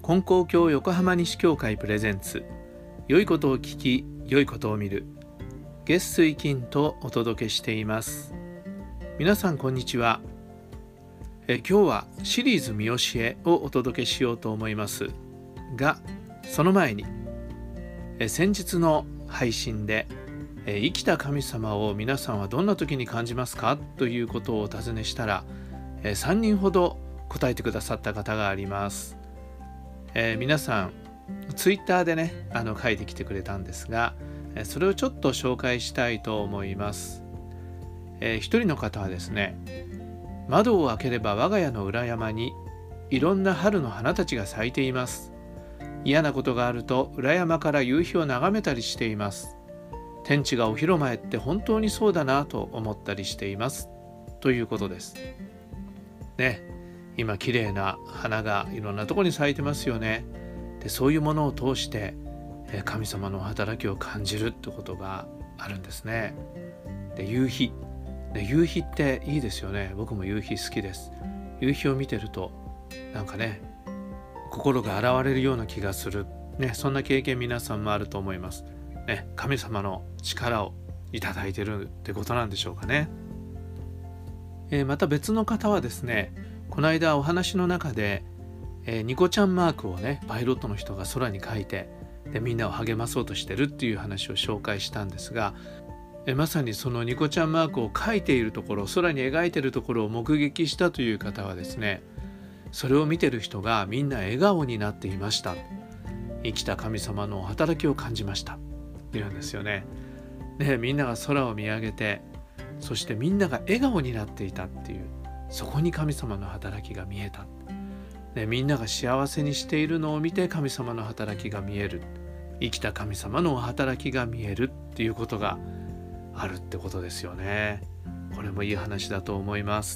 金光教横浜西教会プレゼンツ、良いことを聞き良いことを見る、月水金とお届けしています。皆さんこんにちは。今日はシリーズ見教えをお届けしようと思いますが、その前に先日の配信で生きた神様を皆さんはどんな時に感じますかということをお尋ねしたら、3人ほど答えてくださった方があります。皆さんツイッターでね書いてきてくれたんですが、それをちょっと紹介したいと思います。一人の方はですね、窓を開ければ我が家の裏山にいろんな春の花たちが咲いています。嫌なことがあると裏山から夕日を眺めたりしています。天地がお広間へって本当にそうだなと思ったりしていますということですね。今綺麗な花がいろんなところに咲いてますよね。でそういうものを通して神様の働きを感じるってことがあるんですね。で夕日っていいですよね。僕も夕日好きです。夕日を見てるとなんかね、心が洗われるような気がする、ね、そんな経験皆さんもあると思います、ね、神様の力をいただいているってことなんでしょうかね。また別の方はですね、この間お話の中で、ニコちゃんマークをねパイロットの人が空に書いて、でみんなを励まそうとしてるっていう話を紹介したんですが、まさにそのニコちゃんマークを書いているところ、空に描いているところを目撃したという方はですね、それを見てる人がみんな笑顔になっていました。生きた神様の働きを感じましたっていうんですよね。でみんなが空を見上げて、そしてみんなが笑顔になっていたっていう、そこに神様の働きが見えた。でみんなが幸せにしているのを見て神様の働きが見える、生きた神様の働きが見えるっていうことがあるってことですよね。これもいい話だと思います。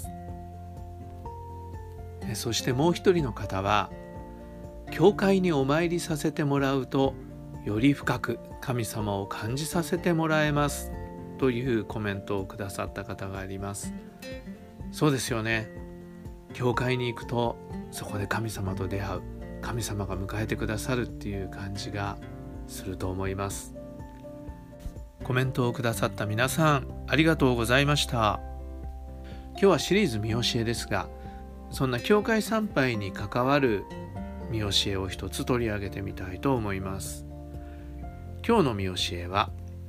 そしてもう一人の方は、教会にお参りさせてもらうとより深く神様を感じさせてもらえますというコメントをくださった方があります。そうですよね。教会に行くとそこで神様と出会う、神様が迎えてくださるっていう感じがすると思います。コメントをくださった皆さんありがとうございました。今日はシリーズ見教えですが、そんな教会参拝に関わる見教えを一つ取り上げてみたいと思います。今日の見教えは、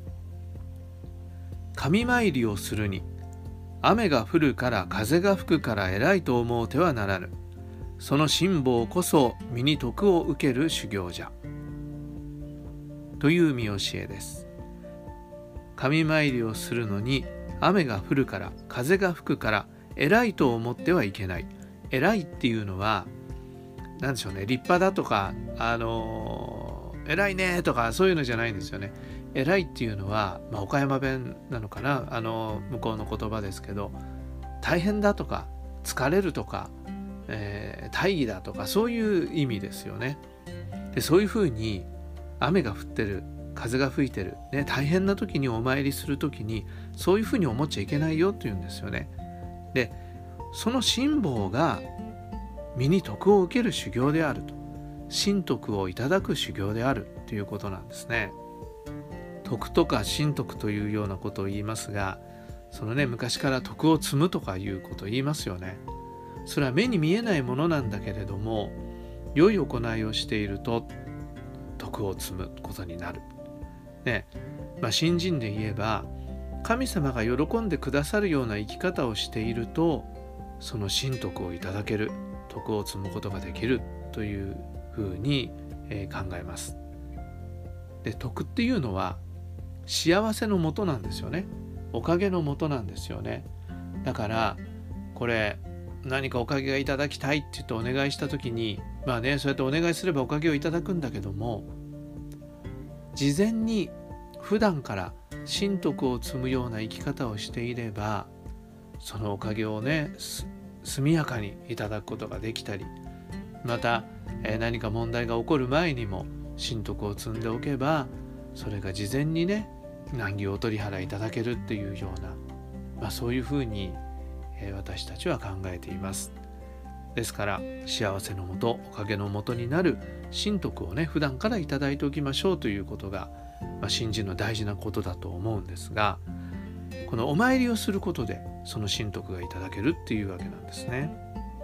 神参りをするに雨が降るから風が吹くから偉いと思うてはならぬ、その辛抱こそ身に徳を受ける修行じゃという見教えです。神参りをするのに雨が降るから風が吹くから偉いと思ってはいけない。偉いっていうのは何でしょうね、立派だとか偉いねとかそういうのじゃないんですよね。偉いっていうのは、岡山弁なのかな、向こうの言葉ですけど、大変だとか疲れるとか、大義だとかそういう意味ですよね。でそういうふうに雨が降ってる、風が吹いてる、ね、大変な時にお参りする時にそういうふうに思っちゃいけないよっていうんですよね。でその辛抱が身に徳を受ける修行であると、神徳をいただく修行であるということなんですね。徳とか神徳というようなことを言いますが、そのね、昔から徳を積むとかいうことを言いますよね。それは目に見えないものなんだけれども、良い行いをしていると徳を積むことになる、ね。信心で言えば、神様が喜んでくださるような生き方をしていると、その神徳をいただける、徳を積むことができるというふうに考えます。で徳っていうのは幸せのもとなんですよね。おかげのもとなんですよね。だからこれ、何かおかげがいただきたいって言ってお願いした時に、そうやってお願いすればおかげをいただくんだけども、事前に普段から神徳を積むような生き方をしていれば、そのおかげをね速やかにいただくことができたり、また、何か問題が起こる前にも神徳を積んでおけば、それが事前にね難儀をお取り払いいただけるっていうような、そういうふうに、私たちは考えています。 ですから幸せのもと、おかげのもとになる神徳をね、普段からいただいておきましょうということが、信心の大事なことだと思うんですが、このお参りをすることでその神徳がいただけるっていうわけなんですね。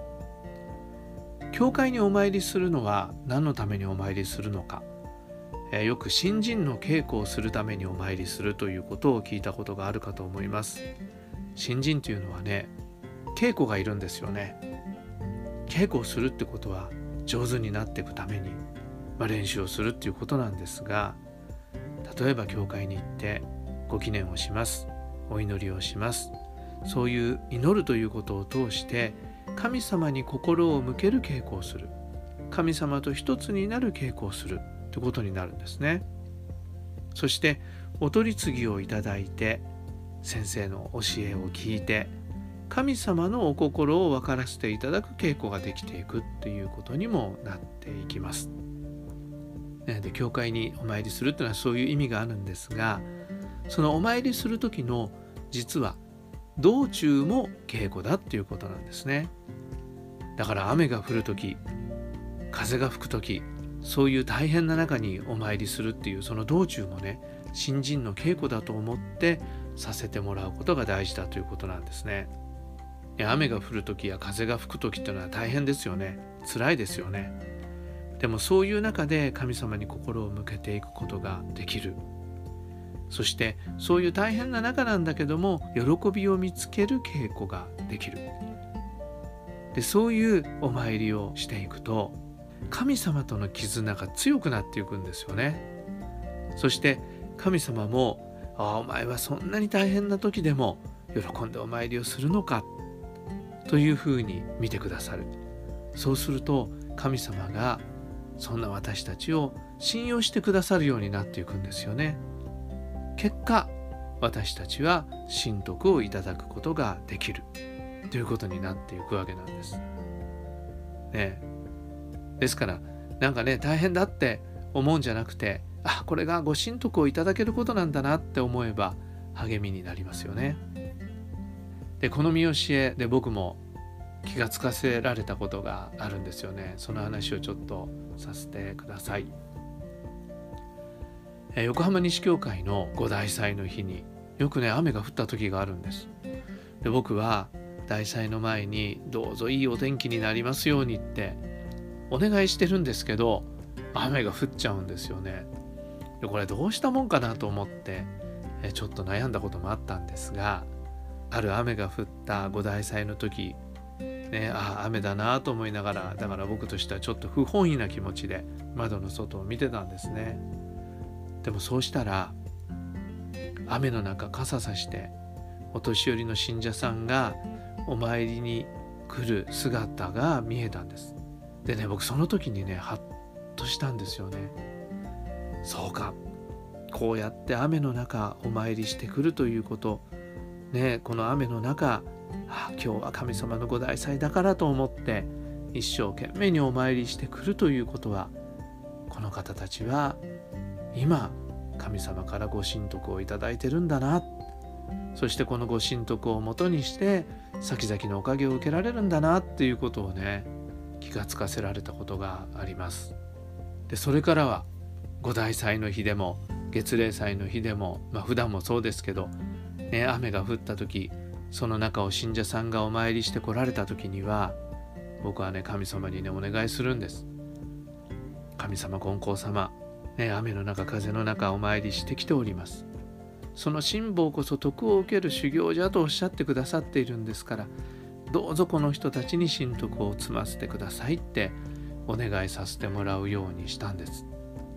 教会にお参りするのは何のためにお参りするのか、よく信心の稽古をするためにお参りするということを聞いたことがあるかと思います。信心というのはね、稽古がいるんですよね。稽古をするってことは上手になっていくために、練習をするっていうことなんですが、例えば教会に行ってご祈念をします、お祈りをします。そういう祈るということを通して神様に心を向ける稽古をする、神様と一つになる稽古をするということになるんですね。そしてお取り次ぎをいただいて、先生の教えを聞いて、神様のお心を分からせていただく稽古ができていくということにもなっていきます。で、教会にお参りするというのはそういう意味があるんですが、そのお参りする時の実は道中も稽古だっていうことなんですね。だから雨が降る時、風が吹く時、そういう大変な中にお参りするっていうその道中もね、信心の稽古だと思ってさせてもらうことが大事だということなんですね。雨が降る時や風が吹く時っていうのは大変ですよね。辛いですよね。でもそういう中で神様に心を向けていくことができる。そしてそういう大変な中なんだけども、喜びを見つける稽古ができる。で、そういうお参りをしていくと、神様との絆が強くなっていくんですよね。そして神様も、お前はそんなに大変な時でも喜んでお参りをするのかというふうに見てくださる。そうすると神様がそんな私たちを信用してくださるようになっていくんですよね。結果、私たちは神徳をいただくことができるということになっていくわけなんです。ですからなんかね、大変だって思うんじゃなくて、これがご神徳をいただけることなんだなって思えば励みになりますよね。で、この見教えで僕も気がつかせられたことがあるんですよね。その話をちょっとさせてください。横浜西教会の御大祭の日によくね、雨が降った時があるんです。で、僕は大祭の前にどうぞいいお天気になりますようにってお願いしてるんですけど、雨が降っちゃうんですよね。で、これどうしたもんかなと思ってちょっと悩んだこともあったんですが、ある雨が降った御大祭の時雨だなと思いながら、だから僕としてはちょっと不本意な気持ちで窓の外を見てたんですね。でもそうしたら、雨の中傘さしてお年寄りの信者さんがお参りに来る姿が見えたんです。でね、僕その時にね、ハッとしたんですよね。そうか、こうやって雨の中お参りしてくるということね、この雨の中、今日は神様の御大祭だからと思って一生懸命にお参りしてくるということは、この方たちは今神様からご神徳をいただいてるんだな、そしてこのご神徳をもとにして先々のおかげを受けられるんだなっていうことをね、気がつかせられたことがあります。で、それからは御大祭の日でも月例祭の日でも、普段もそうですけど雨が降った時、その中を信者さんがお参りして来られた時には、僕はね、神様にね、お願いするんです。神様、金光様、雨の中風の中お参りしてきております。その辛抱こそ徳を受ける修行じゃとおっしゃってくださっているんですから、どうぞこの人たちに神徳を積ませてくださいってお願いさせてもらうようにしたんです。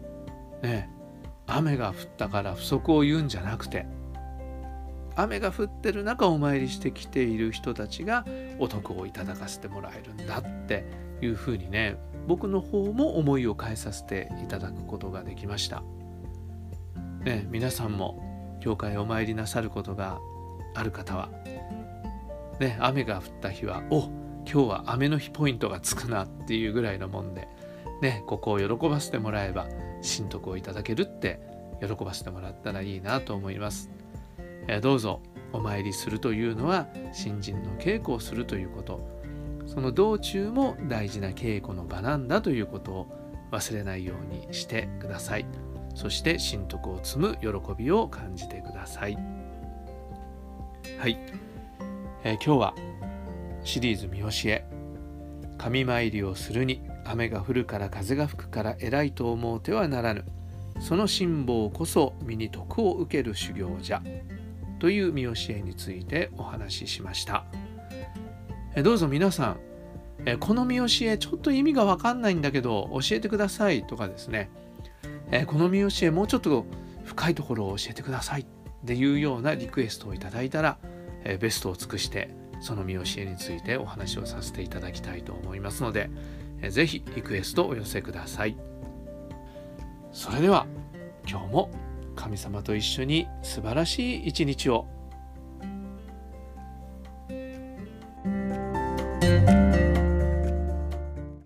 雨が降ったから不足を言うんじゃなくて、雨が降ってる中お参りしてきている人たちがお徳をいただかせてもらえるんだっていうふうにね、僕の方も思いを変えさせていただくことができました。皆さんも教会お参りなさることがある方は、雨が降った日は今日は雨の日ポイントがつくなっていうぐらいのもんで、ここを喜ばせてもらえば神徳をいただけるって喜ばせてもらったらいいなと思います。どうぞお参りするというのは信心の稽古をするということ、 その道中も大事な稽古の場なんだということを忘れないようにしてください。そして神徳を積む喜びを感じてください。はい、今日はシリーズ見教え、神参りをするに雨が降るから風が吹くから偉いと思うてはならぬ、その辛抱こそ身に徳を受ける修行じゃという見教えについてお話ししました。どうぞ皆さん、この見教えちょっと意味が分かんないんだけど教えてくださいとかですね、この見教えもうちょっと深いところを教えてくださいっていうようなリクエストをいただいたら、ベストを尽くしてその見教えについてお話をさせていただきたいと思いますので、ぜひリクエストをお寄せください。それでは今日も神様と一緒に素晴らしい一日を。